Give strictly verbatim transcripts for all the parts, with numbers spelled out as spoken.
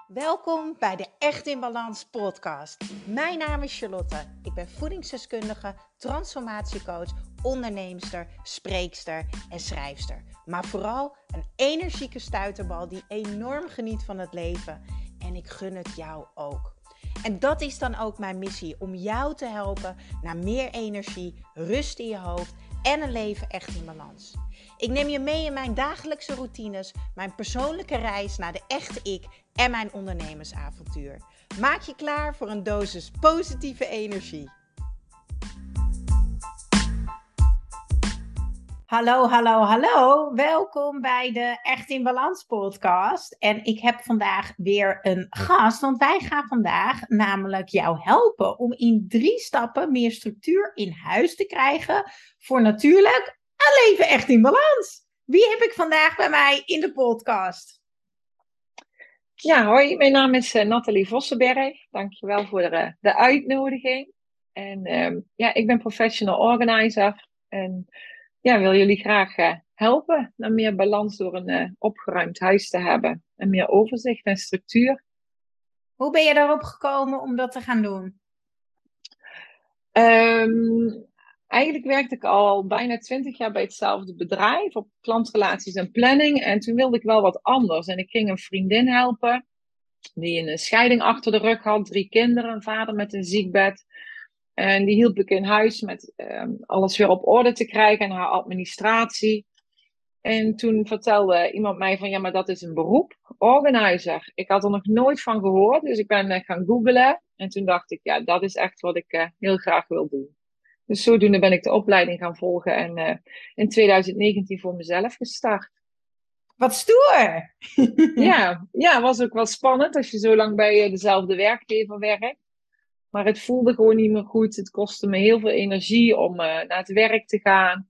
Welkom bij de Echt in Balans podcast. Mijn naam is Charlotte. Ik ben voedingsdeskundige, transformatiecoach, onderneemster, spreekster en schrijfster. Maar vooral een energieke stuiterbal die enorm geniet van het leven. En ik gun het jou ook. En dat is dan ook mijn missie, om jou te helpen naar meer energie, rust in je hoofd en een leven echt in balans. Ik neem je mee in mijn dagelijkse routines, mijn persoonlijke reis naar de echte ik en mijn ondernemersavontuur. Maak je klaar voor een dosis positieve energie. Hallo, hallo, hallo. Welkom bij de Echt in Balans podcast. En ik heb vandaag weer een gast, want wij gaan vandaag namelijk jou helpen om in drie stappen meer structuur in huis te krijgen voor natuurlijk een leven echt in balans. Wie heb ik vandaag bij mij in de podcast? Ja, hoi, mijn naam is uh, Nathalie Vossenberg. Dankjewel voor de, de uitnodiging. En uh, ja, ik ben professional organizer en ja, wil jullie graag uh, helpen naar meer balans door een uh, opgeruimd huis te hebben. En meer overzicht en structuur. Hoe ben je daarop gekomen om dat te gaan doen? Um, eigenlijk werkte ik al bijna twintig jaar bij hetzelfde bedrijf op klantrelaties en planning. En toen wilde ik wel wat anders. En ik ging een vriendin helpen die een scheiding achter de rug had, drie kinderen, een vader met een ziekbed. En die hielp ik in huis met um, alles weer op orde te krijgen en haar administratie. En toen vertelde iemand mij van, ja, maar dat is een beroep, organizer. Ik had er nog nooit van gehoord, dus ik ben uh, gaan googlen. En toen dacht ik, ja, dat is echt wat ik uh, heel graag wil doen. Dus zodoende ben ik de opleiding gaan volgen en uh, in twintig negentien voor mezelf gestart. Wat stoer! Ja, ja, was ook wel spannend als je zo lang bij dezelfde werkgever werkt. Maar het voelde gewoon niet meer goed. Het kostte me heel veel energie om uh, naar het werk te gaan.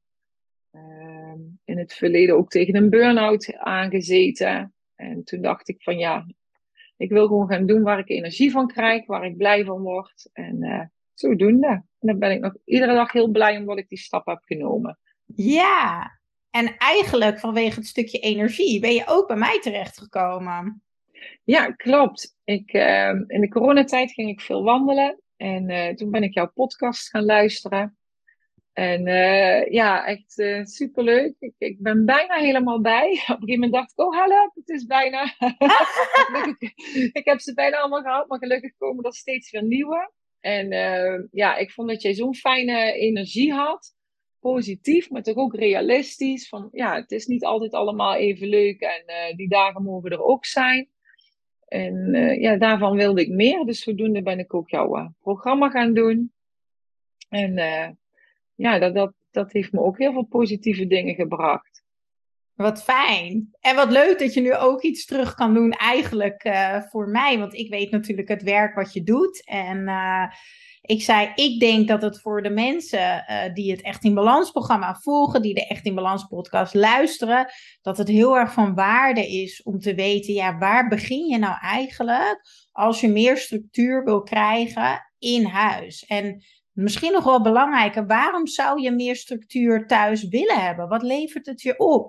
Uh, in het verleden ook tegen een burn-out aangezeten. En toen dacht ik van ja, ik wil gewoon gaan doen waar ik energie van krijg, waar ik blij van word. En uh, zodoende. En dan ben ik nog iedere dag heel blij omdat ik die stap heb genomen. Ja, en eigenlijk vanwege het stukje energie ben je ook bij mij terechtgekomen. Ja, klopt. Ik, uh, in de coronatijd ging ik veel wandelen. En uh, toen ben ik jouw podcast gaan luisteren. En uh, ja, echt uh, superleuk. Ik, ik ben bijna helemaal bij. Op een gegeven moment dacht ik, oh hallo, het is bijna. gelukkig, ik heb ze bijna allemaal gehad, maar gelukkig komen er steeds weer nieuwe. En uh, ja, ik vond dat jij zo'n fijne energie had. Positief, maar toch ook realistisch. Van ja, het is niet altijd allemaal even leuk en uh, die dagen mogen er ook zijn. En uh, ja, daarvan wilde ik meer. Dus zodoende ben ik ook jouw uh, programma gaan doen. En uh, ja, dat, dat, dat heeft me ook heel veel positieve dingen gebracht. Wat fijn. En wat leuk dat je nu ook iets terug kan doen eigenlijk uh, voor mij. Want ik weet natuurlijk het werk wat je doet. En uh, ik zei, ik denk dat het voor de mensen uh, die het Echt in Balans programma volgen, die de Echt in Balans podcast luisteren, dat het heel erg van waarde is om te weten, ja, waar begin je nou eigenlijk als je meer structuur wil krijgen in huis? En misschien nog wel belangrijker, waarom zou je meer structuur thuis willen hebben? Wat levert het je op?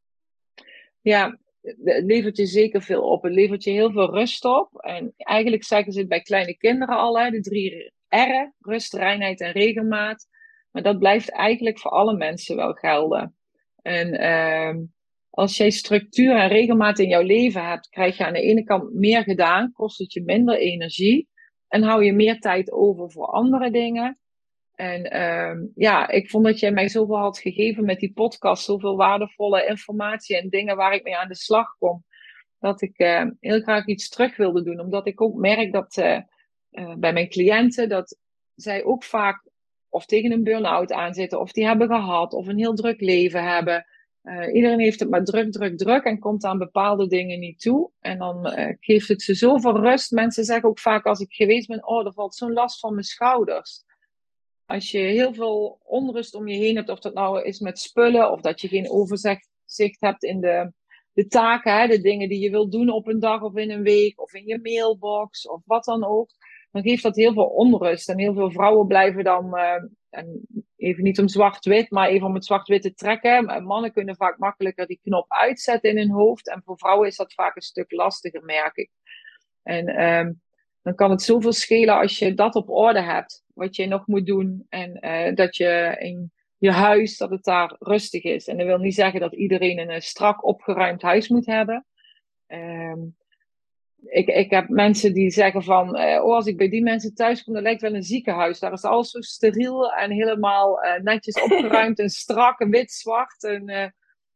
Ja, het levert je zeker veel op. Het levert je heel veel rust op. En eigenlijk zeggen ze het bij kleine kinderen al, hè, de drie R'en, rust, reinheid en regelmaat. Maar dat blijft eigenlijk voor alle mensen wel gelden. En uh, als jij structuur en regelmaat in jouw leven hebt, krijg je aan de ene kant meer gedaan, kost het je minder energie en hou je meer tijd over voor andere dingen. En uh, ja, ik vond dat jij mij zoveel had gegeven met die podcast, zoveel waardevolle informatie en dingen waar ik mee aan de slag kom, dat ik uh, heel graag iets terug wilde doen. Omdat ik ook merk dat uh, uh, bij mijn cliënten, dat zij ook vaak of tegen een burn-out aanzitten, of die hebben gehad, of een heel druk leven hebben. Uh, iedereen heeft het maar druk, druk, druk en komt aan bepaalde dingen niet toe. En dan uh, geeft het ze zoveel rust. Mensen zeggen ook vaak als ik geweest ben, oh, er valt zo'n last van mijn schouders. Als je heel veel onrust om je heen hebt, of dat nou is met spullen, of dat je geen overzicht hebt in de, de taken, hè, de dingen die je wilt doen op een dag of in een week, of in je mailbox, of wat dan ook, dan geeft dat heel veel onrust. En heel veel vrouwen blijven dan, uh, en even niet om zwart-wit, maar even om het zwart-wit te trekken. Mannen kunnen vaak makkelijker die knop uitzetten in hun hoofd, en voor vrouwen is dat vaak een stuk lastiger, merk ik. En um, dan kan het zoveel schelen als je dat op orde hebt, wat je nog moet doen. En uh, dat je in je huis, dat het daar rustig is. En dat wil niet zeggen dat iedereen een strak opgeruimd huis moet hebben. Um, ik, ik heb mensen die zeggen van, uh, oh, als ik bij die mensen thuis kom, dan lijkt het wel een ziekenhuis. Daar is alles zo steriel en helemaal uh, netjes opgeruimd en strak en wit-zwart. En uh,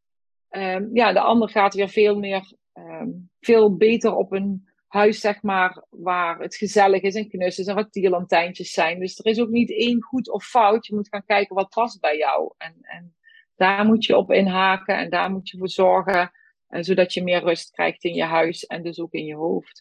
um, ja, de ander gaat weer veel meer, um, veel beter op een huis, zeg maar, waar het gezellig is en knus is en wat tierlantijntjes zijn. Dus er is ook niet één goed of fout. Je moet gaan kijken wat past bij jou. En, en daar moet je op inhaken en daar moet je voor zorgen. En zodat je meer rust krijgt in je huis en dus ook in je hoofd.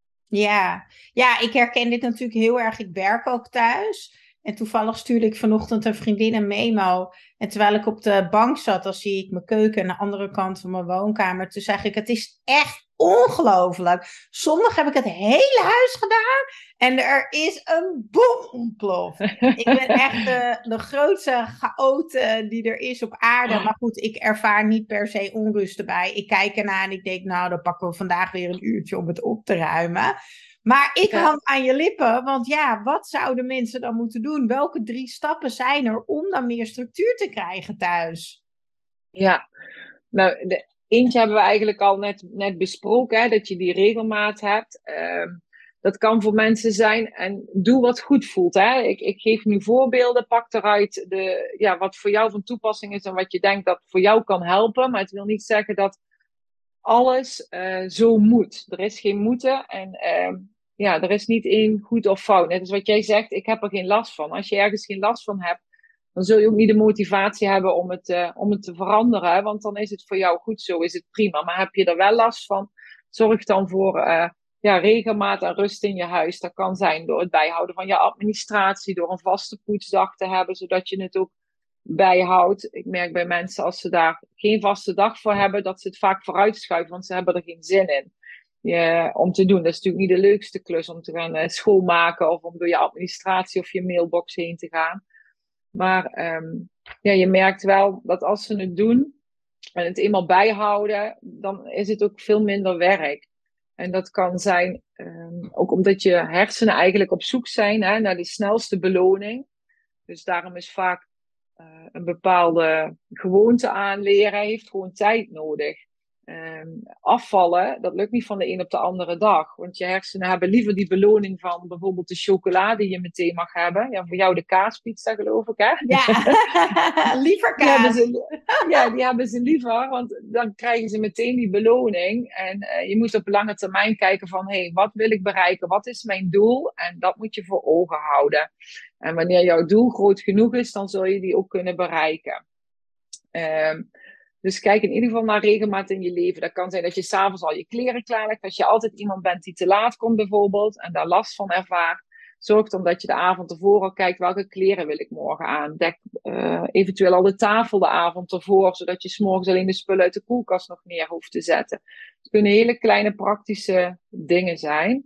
Ja, ja, ik herken dit natuurlijk heel erg. Ik werk ook thuis. En toevallig stuurde ik vanochtend een vriendin een memo. En terwijl ik op de bank zat, dan zie ik mijn keuken aan de andere kant van mijn woonkamer. Toen zeg ik, het is echt ongelooflijk. Zondag heb ik het hele huis gedaan en er is een bom ontploft. Ik ben echt de, de grootste chaote die er is op aarde. Maar goed, ik ervaar niet per se onrust erbij. Ik kijk ernaar en ik denk, nou, dan pakken we vandaag weer een uurtje om het op te ruimen. Maar ik Ja. hang aan je lippen, want ja, wat zouden mensen dan moeten doen? Welke drie stappen zijn er om dan meer structuur te krijgen thuis? Ja, nou, de, eentje hebben we eigenlijk al net, net besproken, hè, dat je die regelmaat hebt. Uh, dat kan voor mensen zijn en doe wat goed voelt. Hè. Ik, ik geef nu voorbeelden, pak eruit de, ja, wat voor jou van toepassing is en wat je denkt dat voor jou kan helpen. Maar het wil niet zeggen dat alles uh, zo moet. Er is geen moeten en uh, ja, er is niet één goed of fout. Net als wat jij zegt, ik heb er geen last van. Als je ergens geen last van hebt, dan zul je ook niet de motivatie hebben om het, uh, om het te veranderen. Want dan is het voor jou goed zo, is het prima. Maar heb je er wel last van, zorg dan voor uh, ja, regelmaat en rust in je huis. Dat kan zijn door het bijhouden van je administratie, door een vaste poetsdag te hebben, zodat je het ook bijhoudt. Ik merk bij mensen als ze daar geen vaste dag voor hebben, dat ze het vaak vooruitschuiven, want ze hebben er geen zin in. Ja, om te doen. Dat is natuurlijk niet de leukste klus om te gaan uh, schoonmaken of om door je administratie of je mailbox heen te gaan. Maar um, ja, je merkt wel dat als ze het doen en het eenmaal bijhouden, dan is het ook veel minder werk. En dat kan zijn, um, ook omdat je hersenen eigenlijk op zoek zijn hè, naar die snelste beloning. Dus daarom is vaak uh, een bepaalde gewoonte aanleren, heeft gewoon tijd nodig. Um, afvallen, dat lukt niet van de een op de andere dag. Want je hersenen hebben liever die beloning van bijvoorbeeld de chocolade die je meteen mag hebben. Ja, voor jou de kaaspizza geloof ik, hè? Ja, liever Die hebben kaas. ze, ja, die hebben ze liever, want dan krijgen ze meteen die beloning. En uh, je moet op lange termijn kijken van, hé, hey, wat wil ik bereiken? Wat is mijn doel? En dat moet je voor ogen houden. En wanneer jouw doel groot genoeg is, dan zul je die ook kunnen bereiken. Um, Dus kijk in ieder geval naar regelmaat in je leven. Dat kan zijn dat je s'avonds al je kleren klaarlegt. Als je altijd iemand bent die te laat komt bijvoorbeeld en daar last van ervaart. Zorg dan dat je de avond ervoor al kijkt welke kleren wil ik morgen aan. Dek uh, eventueel al de tafel de avond ervoor. Zodat je 's morgens alleen de spullen uit de koelkast nog neer hoeft te zetten. Het kunnen hele kleine praktische dingen zijn.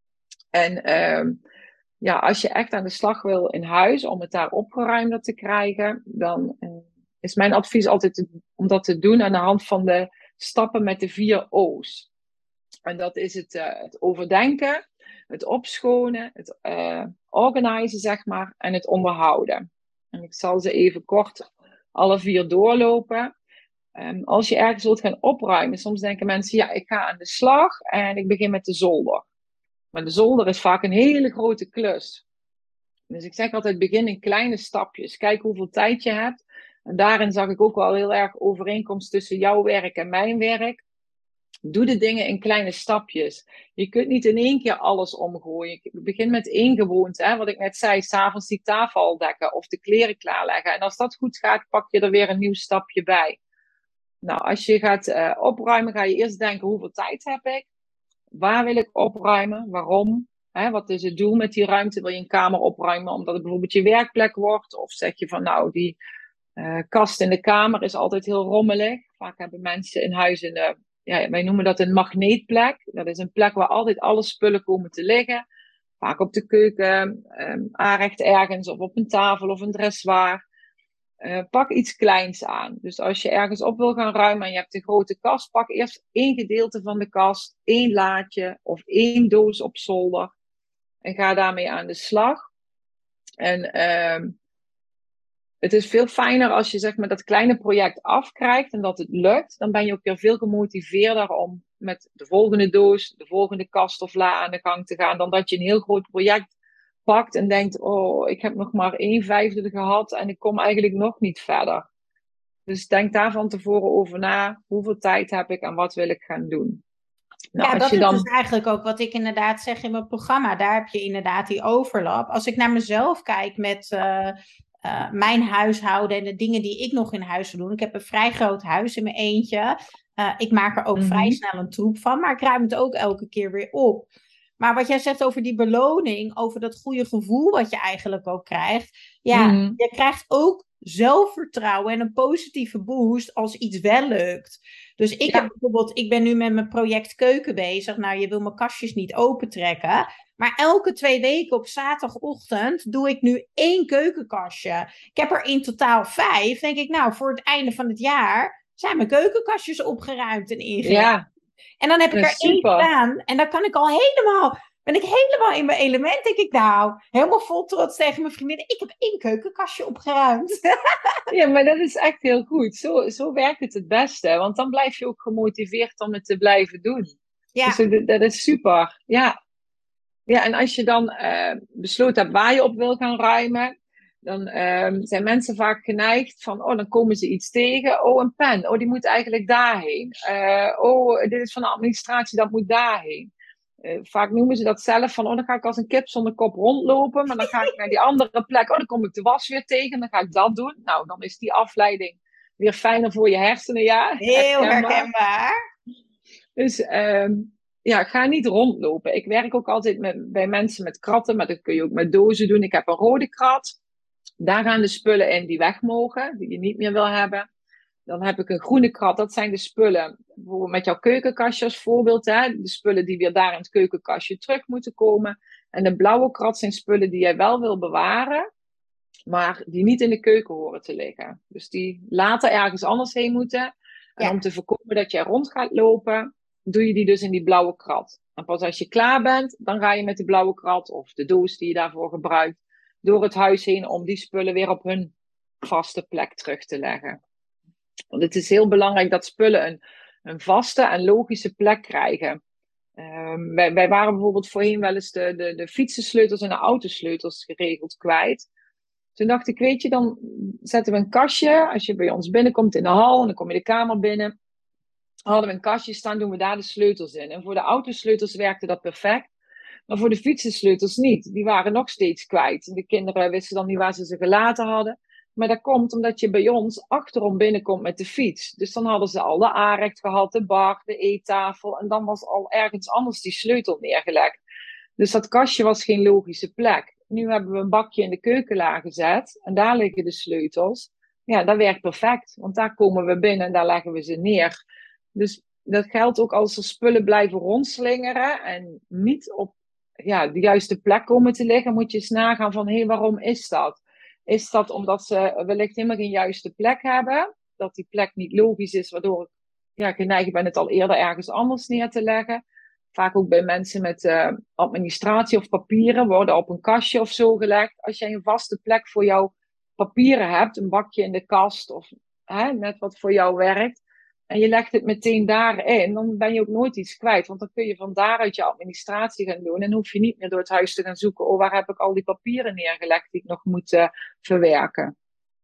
En uh, ja, als je echt aan de slag wil in huis om het daar opgeruimder te krijgen. Dan... Uh, is mijn advies altijd om dat te doen aan de hand van de stappen met de vier O's. En dat is het, uh, het overdenken, het opschonen, het uh, organiseren, zeg maar, en het onderhouden. En ik zal ze even kort alle vier doorlopen. Um, als je ergens wilt gaan opruimen, soms denken mensen, ja, ik ga aan de slag en ik begin met de zolder. Maar de zolder is vaak een hele grote klus. Dus ik zeg altijd, begin in kleine stapjes. Kijk hoeveel tijd je hebt. En daarin zag ik ook wel heel erg overeenkomst tussen jouw werk en mijn werk. Doe de dingen in kleine stapjes. Je kunt niet in één keer alles omgooien. Begin met één gewoonte. Hè? Wat ik net zei, 's avonds die tafel al dekken of de kleren klaarleggen. En als dat goed gaat, pak je er weer een nieuw stapje bij. Nou, als je gaat uh, opruimen, ga je eerst denken, hoeveel tijd heb ik? Waar wil ik opruimen? Waarom? Hè, wat is het doel met die ruimte? Wil je een kamer opruimen omdat het bijvoorbeeld je werkplek wordt? Of zeg je van, nou, die uh, kast in de kamer is altijd heel rommelig. Vaak hebben mensen in huis een, uh, ja, wij noemen dat een magneetplek. Dat is een plek waar altijd alle spullen komen te liggen. Vaak op de keuken, um, aanrecht ergens of op een tafel of een dressoir. Uh, pak iets kleins aan. Dus als je ergens op wil gaan ruimen en je hebt een grote kast, pak eerst één gedeelte van de kast, één laadje of één doos op zolder en ga daarmee aan de slag. En uh, het is veel fijner als je zeg maar dat kleine project afkrijgt en dat het lukt. Dan ben je ook weer veel gemotiveerder om met de volgende doos, de volgende kast of la aan de gang te gaan, dan dat je een heel groot project pakt en denkt, oh, ik heb nog maar één vijfde gehad en ik kom eigenlijk nog niet verder. Dus denk daar van tevoren over na. Hoeveel tijd heb ik en wat wil ik gaan doen? Nou, ja, dat is dan... dus eigenlijk ook wat ik inderdaad zeg in mijn programma. Daar heb je inderdaad die overlap. Als ik naar mezelf kijk met uh, uh, mijn huishouden en de dingen die ik nog in huis wil doen. Ik heb een vrij groot huis in mijn eentje. Uh, ik maak er ook mm-hmm. vrij snel een troep van, maar ik ruim het ook elke keer weer op. Maar wat jij zegt over die beloning, over dat goede gevoel wat je eigenlijk ook krijgt. Ja, mm-hmm. je krijgt ook zelfvertrouwen en een positieve boost als iets wel lukt. Dus ik ja. heb bijvoorbeeld, ik ben nu met mijn project keuken bezig. Nou, je wil mijn kastjes niet opentrekken. Maar elke twee weken op zaterdagochtend doe ik nu één keukenkastje. Ik heb er in totaal vijf. Denk ik, nou, voor het einde van het jaar zijn mijn keukenkastjes opgeruimd en ingericht. Ja. En dan heb ik er één gedaan. En dan kan ik al helemaal... Ben ik helemaal in mijn element, denk ik nou. Helemaal vol trots tegen mijn vriendin. Ik heb één keukenkastje opgeruimd. Ja, maar dat is echt heel goed. Zo, zo werkt het het beste. Want dan blijf je ook gemotiveerd om het te blijven doen. Ja. Dus dat, dat is super. Ja. Ja, en als je dan uh, besloten hebt waar je op wil gaan ruimen. Dan uh, zijn mensen vaak geneigd van, oh, dan komen ze iets tegen. Oh, een pen. Oh, die moet eigenlijk daarheen. Uh, oh, dit is van de administratie, dat moet daarheen. Uh, vaak noemen ze dat zelf van, oh, dan ga ik als een kip zonder kop rondlopen. Maar dan ga ik naar die andere plek. Oh, dan kom ik de was weer tegen. Dan ga ik dat doen. Nou, dan is die afleiding weer fijner voor je hersenen. Ja, heel herkenbaar. herkenbaar. Dus um, ja, ga niet rondlopen. Ik werk ook altijd met, bij mensen met kratten. Maar dat kun je ook met dozen doen. Ik heb een rode krat. Daar gaan de spullen in die weg mogen. Die je niet meer wil hebben. Dan heb ik een groene krat, dat zijn de spullen, bijvoorbeeld met jouw keukenkastje als voorbeeld, hè? De spullen die weer daar in het keukenkastje terug moeten komen. En de blauwe krat zijn spullen die jij wel wil bewaren, maar die niet in de keuken horen te liggen. Dus die later ergens anders heen moeten. En ja. om te voorkomen dat jij rond gaat lopen, doe je die dus in die blauwe krat. En pas als je klaar bent, dan ga je met de blauwe krat of de doos die je daarvoor gebruikt, door het huis heen om die spullen weer op hun vaste plek terug te leggen. Want het is heel belangrijk dat spullen een, een vaste en logische plek krijgen. Um, wij, wij waren bijvoorbeeld voorheen wel eens de, de, de fietsensleutels en de autosleutels geregeld kwijt. Toen dacht ik, weet je, dan zetten we een kastje. Als je bij ons binnenkomt in de hal en dan kom je de kamer binnen. Hadden we een kastje staan, doen we daar de sleutels in. En voor de autosleutels werkte dat perfect. Maar voor de fietsensleutels niet. Die waren nog steeds kwijt. En de kinderen wisten dan niet waar ze ze gelaten hadden. Maar dat komt omdat je bij ons achterom binnenkomt met de fiets. Dus dan hadden ze al de aanrecht gehad, de bar, de eettafel. En dan was al ergens anders die sleutel neergelegd. Dus dat kastje was geen logische plek. Nu hebben we een bakje in de keukenla gezet. En daar liggen de sleutels. Ja, dat werkt perfect. Want daar komen we binnen en daar leggen we ze neer. Dus dat geldt ook als er spullen blijven rondslingeren. En niet op ja, de juiste plek komen te liggen. Moet je eens nagaan van, hé, hey, waarom is dat? Is dat omdat ze wellicht helemaal geen juiste plek hebben? Dat die plek niet logisch is, waardoor ik ja, geneigd ben het al eerder ergens anders neer te leggen. Vaak ook bij mensen met uh, administratie of papieren worden op een kastje of zo gelegd. Als jij een vaste plek voor jouw papieren hebt, een bakje in de kast of hè, net wat voor jou werkt. En je legt het meteen daarin, dan ben je ook nooit iets kwijt. Want dan kun je van daaruit je administratie gaan doen. En hoef je niet meer door het huis te gaan zoeken. Oh, waar heb ik al die papieren neergelegd die ik nog moet uh, verwerken.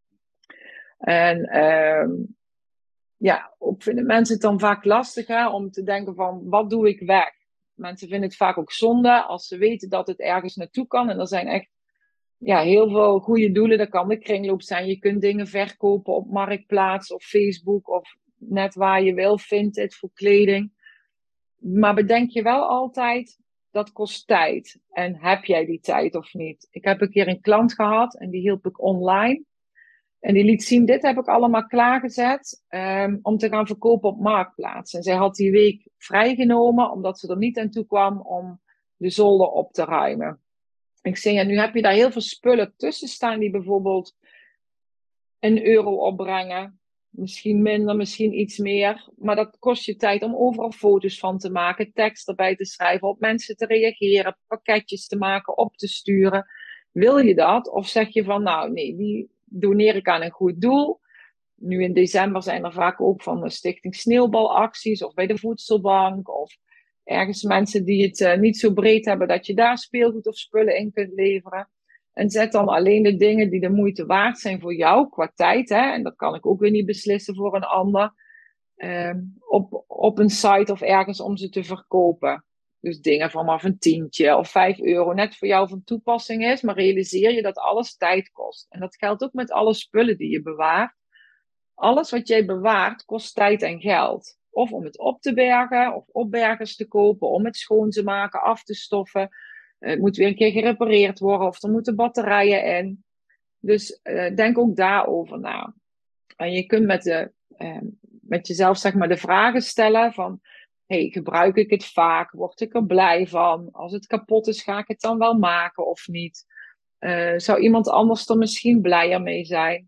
En uh, ja, ook vinden mensen het dan vaak lastig hè, om te denken van, wat doe ik weg? Mensen vinden het vaak ook zonde als ze weten dat het ergens naartoe kan. En er zijn echt ja, heel veel goede doelen. Dat kan de kringloop zijn. Je kunt dingen verkopen op Marktplaats of Facebook of net waar je wil, Vinted voor kleding. Maar bedenk je wel altijd, dat kost tijd. En heb jij die tijd of niet? Ik heb een keer een klant gehad en die hielp ik online. En die liet zien, dit heb ik allemaal klaargezet um, om te gaan verkopen op Marktplaats. En zij had die week vrijgenomen, omdat ze er niet aan toe kwam om de zolder op te ruimen. Ik zei, ja, nu heb je daar heel veel spullen tussen staan die bijvoorbeeld een euro opbrengen. Misschien minder, misschien iets meer. Maar dat kost je tijd om overal foto's van te maken, tekst erbij te schrijven, op mensen te reageren, pakketjes te maken, op te sturen. Wil je dat? Of zeg je van, nou nee, die doneer ik aan een goed doel. Nu in december zijn er vaak ook van de Stichting Sneeuwbalacties of bij de Voedselbank of ergens mensen die het uh, niet zo breed hebben dat je daar speelgoed of spullen in kunt leveren. En zet dan alleen de dingen die de moeite waard zijn voor jou qua tijd. Hè? En dat kan ik ook weer niet beslissen voor een ander. Um, op, op een site of ergens om ze te verkopen. Dus dingen vanaf een tientje of vijf euro net voor jou van toepassing is. Maar realiseer je dat alles tijd kost. En dat geldt ook met alle spullen die je bewaart. Alles wat jij bewaart kost tijd en geld. Of om het op te bergen, of opbergers te kopen, om het schoon te maken, af te stoffen. Het moet weer een keer gerepareerd worden, of er moeten batterijen in. Dus uh, denk ook daarover na. En je kunt met, de, uh, met jezelf zeg maar de vragen stellen van... Hey, gebruik ik het vaak? Word ik er blij van? Als het kapot is, ga ik het dan wel maken of niet? Uh, zou iemand anders er misschien blijer mee zijn?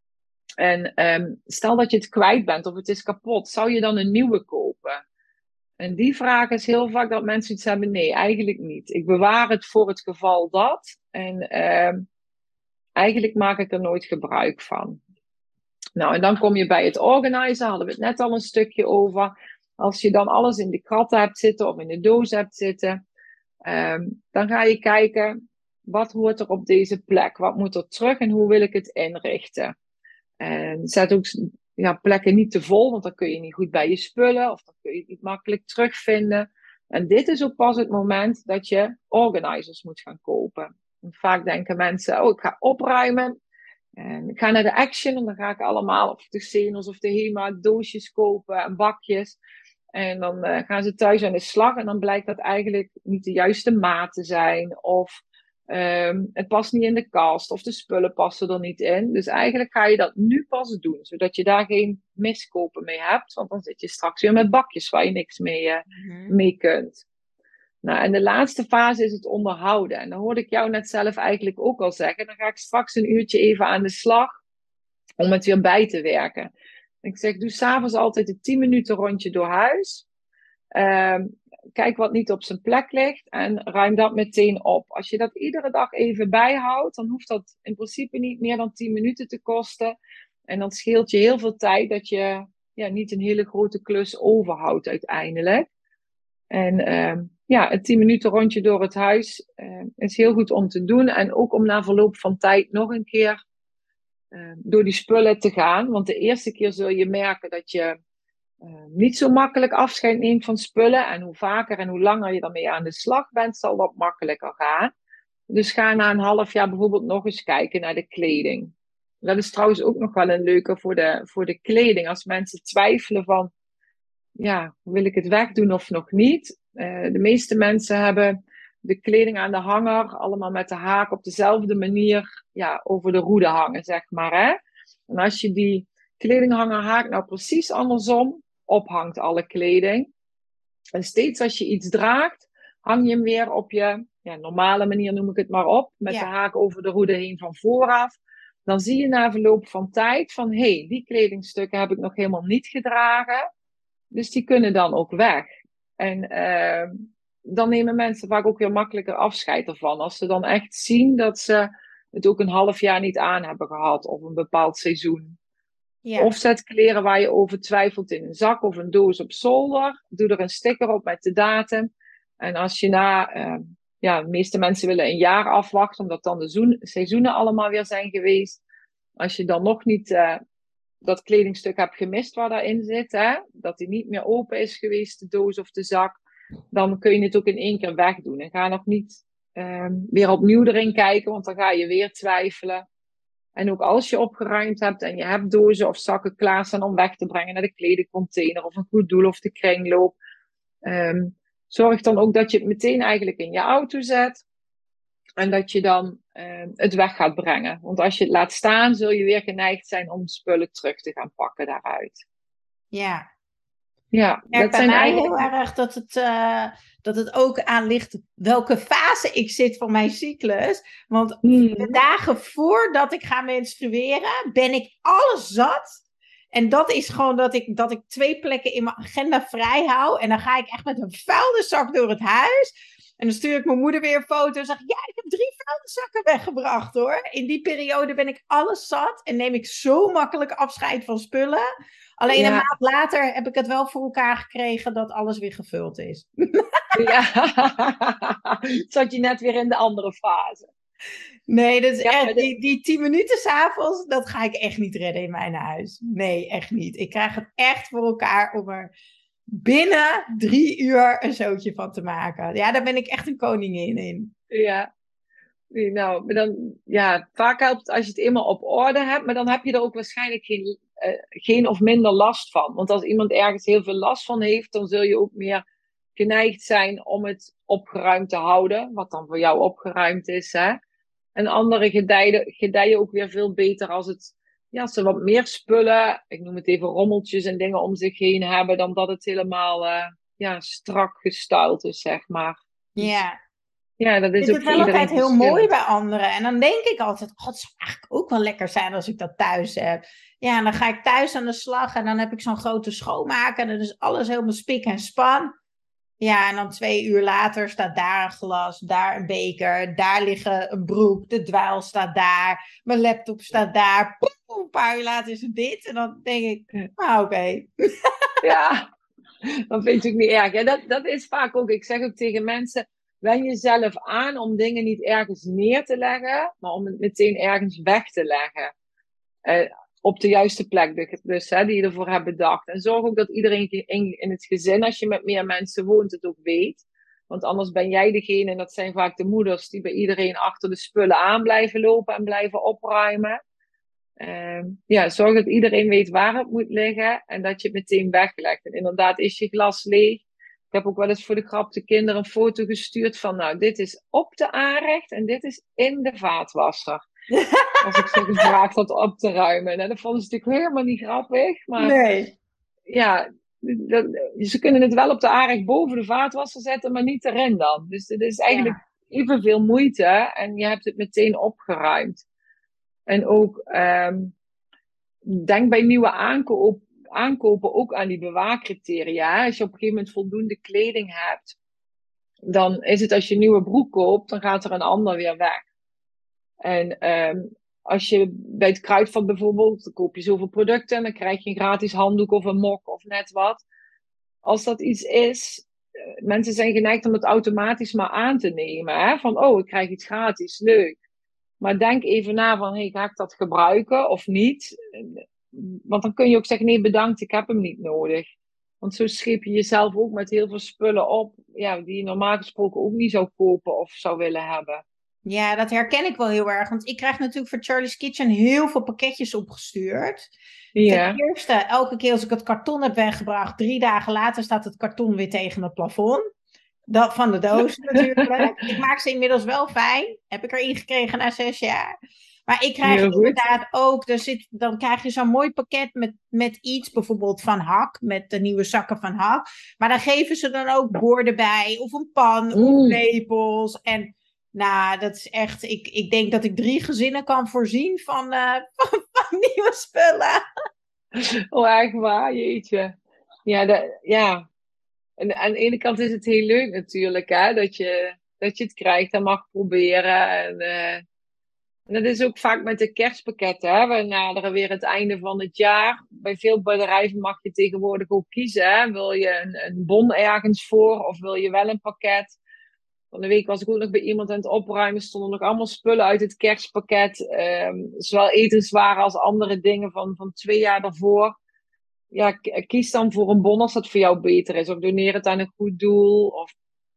En um, stel dat je het kwijt bent of het is kapot, zou je dan een nieuwe kopen? En die vraag is heel vaak dat mensen iets hebben, nee, eigenlijk niet. Ik bewaar het voor het geval dat. En um, eigenlijk maak ik er nooit gebruik van. Nou, en dan kom je bij het organizen, hadden we het net al een stukje over. Als je dan alles in de kratten hebt zitten of in de doos hebt zitten, um, dan ga je kijken, wat hoort er op deze plek? Wat moet er terug en hoe wil ik het inrichten? En zet ook ja, plekken niet te vol, want dan kun je niet goed bij je spullen of dan kun je het niet makkelijk terugvinden. En dit is ook pas het moment dat je organizers moet gaan kopen. En vaak denken mensen, oh, ik ga opruimen. En ik ga naar de Action en dan ga ik allemaal, of de Xenos of de Hema, doosjes kopen en bakjes. En dan uh, gaan ze thuis aan de slag en dan blijkt dat eigenlijk niet de juiste maat te zijn. Of um, het past niet in de kast of de spullen passen er niet in. Dus eigenlijk ga je dat nu pas doen, zodat je daar geen miskopen mee hebt. Want dan zit je straks weer met bakjes waar je niks mee, uh, mm-hmm. mee kunt. Nou, en de laatste fase is het onderhouden. En dan hoorde ik jou net zelf eigenlijk ook al zeggen. Dan ga ik straks een uurtje even aan de slag om het weer bij te werken. Ik zeg, doe s'avonds altijd een tien minuten rondje door huis. Um, kijk wat niet op zijn plek ligt en ruim dat meteen op. Als je dat iedere dag even bijhoudt, dan hoeft dat in principe niet meer dan tien minuten te kosten. En dan scheelt je heel veel tijd dat je ja, niet een hele grote klus overhoudt uiteindelijk. En um, ja, een tien minuten rondje door het huis uh, is heel goed om te doen. En ook om na verloop van tijd nog een keer uh, door die spullen te gaan. Want de eerste keer zul je merken dat je uh, niet zo makkelijk afscheid neemt van spullen. En hoe vaker en hoe langer je daarmee aan de slag bent, zal dat makkelijker gaan. Dus ga na een half jaar bijvoorbeeld nog eens kijken naar de kleding. Dat is trouwens ook nog wel een leuke voor de, voor de kleding. Als mensen twijfelen van, ja, wil ik het wegdoen of nog niet? Uh, de meeste mensen hebben de kleding aan de hanger allemaal met de haak op dezelfde manier ja, over de roede hangen, zeg maar. Hè? En als je die kledinghanger haak nou precies andersom ophangt, alle kleding. En steeds als je iets draagt, hang je hem weer op je ja, normale manier, noem ik het maar op, met ja. de haak over de roede heen van vooraf. Dan zie je na verloop van tijd van, hé, hey, die kledingstukken heb ik nog helemaal niet gedragen. Dus die kunnen dan ook weg. En uh, dan nemen mensen vaak ook weer makkelijker afscheid ervan. Als ze dan echt zien dat ze het ook een half jaar niet aan hebben gehad. Of een bepaald seizoen. Ja. Of zet kleren waar je over twijfelt in een zak of een doos op zolder. Doe er een sticker op met de datum. En als je na... Uh, ja, de meeste mensen willen een jaar afwachten. Omdat dan de zoen, seizoenen allemaal weer zijn geweest. Als je dan nog niet... Uh, dat kledingstuk heb gemist waar daarin zit, hè? Dat die niet meer open is geweest, de doos of de zak, dan kun je het ook in één keer wegdoen. En ga nog niet um, weer opnieuw erin kijken, want dan ga je weer twijfelen. En ook als je opgeruimd hebt en je hebt dozen of zakken klaarstaan om weg te brengen naar de kledingcontainer of een goed doel of de kringloop, um, zorg dan ook dat je het meteen eigenlijk in je auto zet. En dat je dan uh, het weg gaat brengen. Want als je het laat staan, zul je weer geneigd zijn om spullen terug te gaan pakken daaruit. Ja. Ja, Ik merk dat bij zijn mij heel eigenlijk... erg dat het, eh, dat het ook aan ligt welke fase ik zit van mijn cyclus. Want de Hmm, dagen voordat ik ga menstrueren, ben ik alles zat. En dat is gewoon dat ik, dat ik twee plekken in mijn agenda vrij hou. En dan ga ik echt met een vuilniszak door het huis. En dan stuur ik mijn moeder weer een foto en zeg ik, ja, ik heb drie vuilniszakken weggebracht hoor. In die periode ben ik alles zat en neem ik zo makkelijk afscheid van spullen. Alleen een ja, maand later heb ik het wel voor elkaar gekregen dat alles weer gevuld is. ja. Zat je net weer in de andere fase. Nee, dat is Ja, echt, maar de- die, die tien minuten s'avonds, dat ga ik echt niet redden in mijn huis. Nee, echt niet. Ik krijg het echt voor elkaar om er binnen drie uur een zootje van te maken. Ja, daar ben ik echt een koningin in. ja. Nee, nou, maar dan, ja, vaak helpt het als je het eenmaal op orde hebt, maar dan heb je er ook waarschijnlijk geen, eh, geen of minder last van. Want als iemand ergens heel veel last van heeft, dan zul je ook meer geneigd zijn om het opgeruimd te houden, wat dan voor jou opgeruimd is, hè. En anderen gedijen, gedijen ook weer veel beter als het, ja, als ze wat meer spullen, ik noem het even rommeltjes en dingen om zich heen hebben, dan dat het helemaal, eh, ja, strak gestyled is, zeg maar. Dus Ja. ja, dat Ik is vind ook het voor wel altijd iedereen heel mooi verschillend. bij anderen. En dan denk ik altijd, god, het zou eigenlijk ook wel lekker zijn als ik dat thuis heb. Ja, en dan ga ik thuis aan de slag en dan heb ik zo'n grote schoonmaker. En dan is alles helemaal spik en span. Ja, en dan twee uur later staat daar een glas, daar een beker, daar liggen een broek, de dweil staat daar, mijn laptop staat daar. Poef, een paar uur later is het dit. En dan denk ik, ah, oké. Ja, dat vind ik niet erg. Ja, dat, dat is vaak ook. Ik zeg ook tegen mensen: wen jezelf aan om dingen niet ergens neer te leggen, maar om het meteen ergens weg te leggen. Eh, op de juiste plek, dus, dus, hè, die je ervoor hebt bedacht. En zorg ook dat iedereen in, in het gezin, als je met meer mensen woont, het ook weet. Want anders ben jij degene, en dat zijn vaak de moeders, die bij iedereen achter de spullen aan blijven lopen en blijven opruimen. Uh, ja, zorg dat iedereen weet waar het moet liggen en dat je het meteen weglegt. En inderdaad, is je glas leeg? Ik heb ook wel eens voor de grap de kinderen een foto gestuurd van, nou, dit is op de aanrecht en dit is in de vaatwasser. Als ik ze gevraagd had op te ruimen. En dat vonden ze natuurlijk helemaal niet grappig. Maar Nee. ja, dat, ze kunnen het wel op de aanrecht boven de vaatwasser zetten, maar niet erin dan. Dus het is eigenlijk Ja. evenveel moeite en je hebt het meteen opgeruimd. En ook, um, denk bij nieuwe aankoop, aankopen ook aan die bewaarcriteria. Als je op een gegeven moment voldoende kleding hebt, dan is het als je een nieuwe broek koopt, dan gaat er een ander weer weg. En um, als je bij het kruidvat bijvoorbeeld, dan koop je zoveel producten en dan krijg je een gratis handdoek of een mok of net wat. Als dat iets is, mensen zijn geneigd om het automatisch maar aan te nemen. Hè? Van, oh, ik krijg iets gratis, leuk. Maar denk even na van, hey, ga ik dat gebruiken of niet? Want dan kun je ook zeggen, nee, bedankt, ik heb hem niet nodig. Want zo scheep je jezelf ook met heel veel spullen op, ja, die je normaal gesproken ook niet zou kopen of zou willen hebben. Ja, dat herken ik wel heel erg. Want ik krijg natuurlijk voor Charlie's Kitchen heel veel pakketjes opgestuurd. Ten Ja, eerste, elke keer als ik het karton heb weggebracht, drie dagen later staat het karton weer tegen het plafond. Dat van de doos natuurlijk. Ik maak ze inmiddels wel fijn. Heb ik erin gekregen na zes jaar. Maar ik krijg heel goed. inderdaad ook, er zit, dan krijg je zo'n mooi pakket met, met iets, bijvoorbeeld van Hak, met de nieuwe zakken van Hak. Maar dan geven ze dan ook borden bij, of een pan, of Mm. lepels. En nou, dat is echt, ik, ik denk dat ik drie gezinnen kan voorzien van, uh, van, van nieuwe spullen. Oh, echt waar, jeetje. Ja, dat, ja. En aan de ene kant is het heel leuk natuurlijk, hè, dat je, dat je het krijgt en mag proberen. En, uh, en dat is ook vaak met de kerstpakketten. Hè. We naderen weer het einde van het jaar. Bij veel bedrijven mag je tegenwoordig ook kiezen. Hè. Wil je een, een bon ergens voor of wil je wel een pakket? Van de week was ik ook nog bij iemand aan het opruimen. Stonden nog allemaal spullen uit het kerstpakket. Um, zowel etenswaren als andere dingen van, van twee jaar daarvoor. Ja, kies dan voor een bon als dat voor jou beter is. Of doneer het aan een goed doel. Of,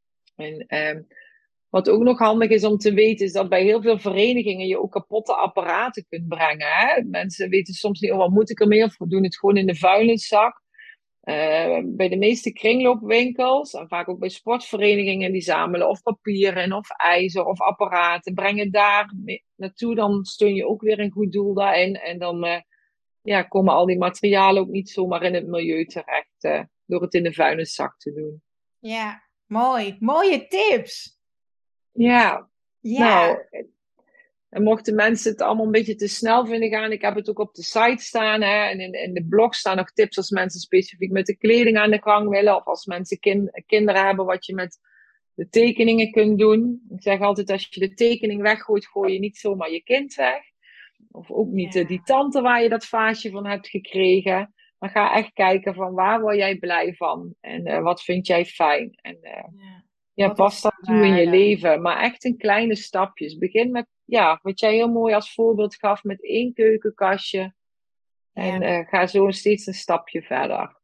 en, um, wat ook nog handig is om te weten, is dat bij heel veel verenigingen je ook kapotte apparaten kunt brengen. Hè? Mensen weten soms niet, oh, wat moet ik ermee? Of we doen het gewoon in de vuilniszak. Uh, bij de meeste kringloopwinkels en vaak ook bij sportverenigingen die zamelen of papieren of ijzer of apparaten, brengen daar naartoe, dan steun je ook weer een goed doel daarin en dan uh, ja, komen al die materialen ook niet zomaar in het milieu terecht. Uh. door het in de vuilniszak te doen. Ja, mooi. Mooie tips. Ja, Ja, nou, en mochten mensen het allemaal een beetje te snel vinden gaan, ik heb het ook op de site staan. Hè, en in, in de blog staan nog tips als mensen specifiek met de kleding aan de gang willen. Of als mensen kin- kinderen hebben, wat je met de tekeningen kunt doen. Ik zeg altijd, als je de tekening weggooit, gooi je niet zomaar je kind weg. Of ook niet eh, die ja, tante waar je dat vaasje van hebt gekregen. Maar ga echt kijken van waar word jij blij van? En eh, wat vind jij fijn? En eh, ja. ja, Wat is pas dat de toe in je waarde? leven. Maar echt in kleine stapjes. Begin met, ja, wat jij heel mooi als voorbeeld gaf met één keukenkastje. En Ja. eh, ga zo steeds een stapje verder.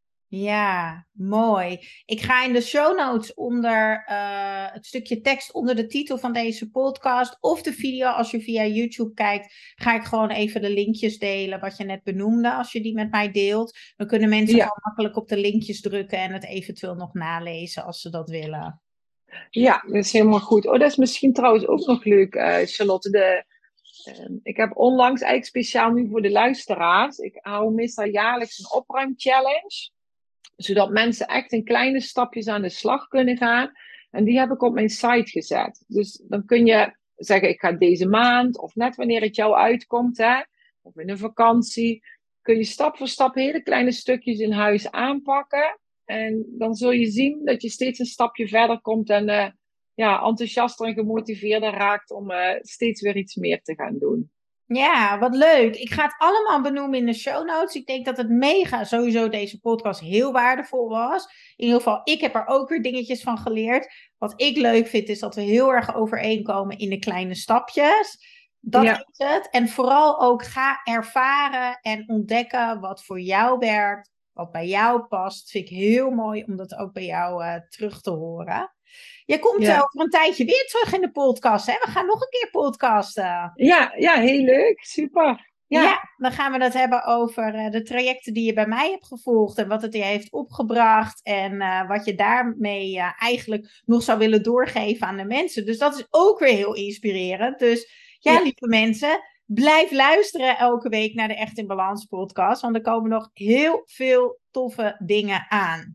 Ja, mooi. Ik ga in de show notes onder eh, het stukje tekst onder de titel van deze podcast of de video als je via YouTube kijkt, ga ik gewoon even de linkjes delen wat je net benoemde. Als je die met mij deelt, dan kunnen mensen Ja, gewoon makkelijk op de linkjes drukken en het eventueel nog nalezen als ze dat willen. ja, dat is helemaal goed. Oh, dat is misschien trouwens ook nog leuk, eh, Charlotte. De, eh, ik heb onlangs eigenlijk speciaal nu voor de luisteraars. Ik hou meestal jaarlijks een opruimchallenge. Zodat mensen echt in kleine stapjes aan de slag kunnen gaan. En die heb ik op mijn site gezet. Dus dan kun je zeggen, ik ga deze maand, of net wanneer het jou uitkomt, hè, of in een vakantie, kun je stap voor stap hele kleine stukjes in huis aanpakken. En dan zul je zien dat je steeds een stapje verder komt en uh, ja, enthousiaster en gemotiveerder raakt om uh, steeds weer iets meer te gaan doen. Ja, wat leuk. Ik ga het allemaal benoemen in de show notes. Ik denk dat het mega sowieso deze podcast heel waardevol was. In ieder geval, ik heb er ook weer dingetjes van geleerd. Wat ik leuk vind is dat we heel erg overeenkomen in de kleine stapjes. Dat Ja, is het. En vooral ook ga ervaren en ontdekken wat voor jou werkt, wat bij jou past. Vind ik heel mooi om dat ook bij jou uh, terug te horen. Je komt uh, ja. over een tijdje weer terug in de podcast, hè? We gaan nog een keer podcasten. Ja, ja, heel leuk. Super. Ja, Ja, dan gaan we het hebben over uh, de trajecten die je bij mij hebt gevolgd en wat het je heeft opgebracht en uh, wat je daarmee uh, eigenlijk nog zou willen doorgeven aan de mensen. Dus dat is ook weer heel inspirerend. Dus ja, ja, lieve mensen, blijf luisteren elke week naar de Echt in Balans podcast, want er komen nog heel veel toffe dingen aan.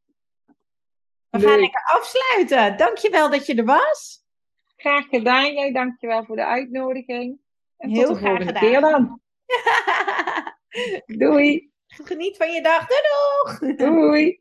We gaan leuk. lekker afsluiten. Dankjewel dat je er was. Graag gedaan. Jij dankjewel voor de uitnodiging. En tot Heel de graag volgende keer gedaan. dan. Doei. Geniet van je dag. Doei doeg! Doei.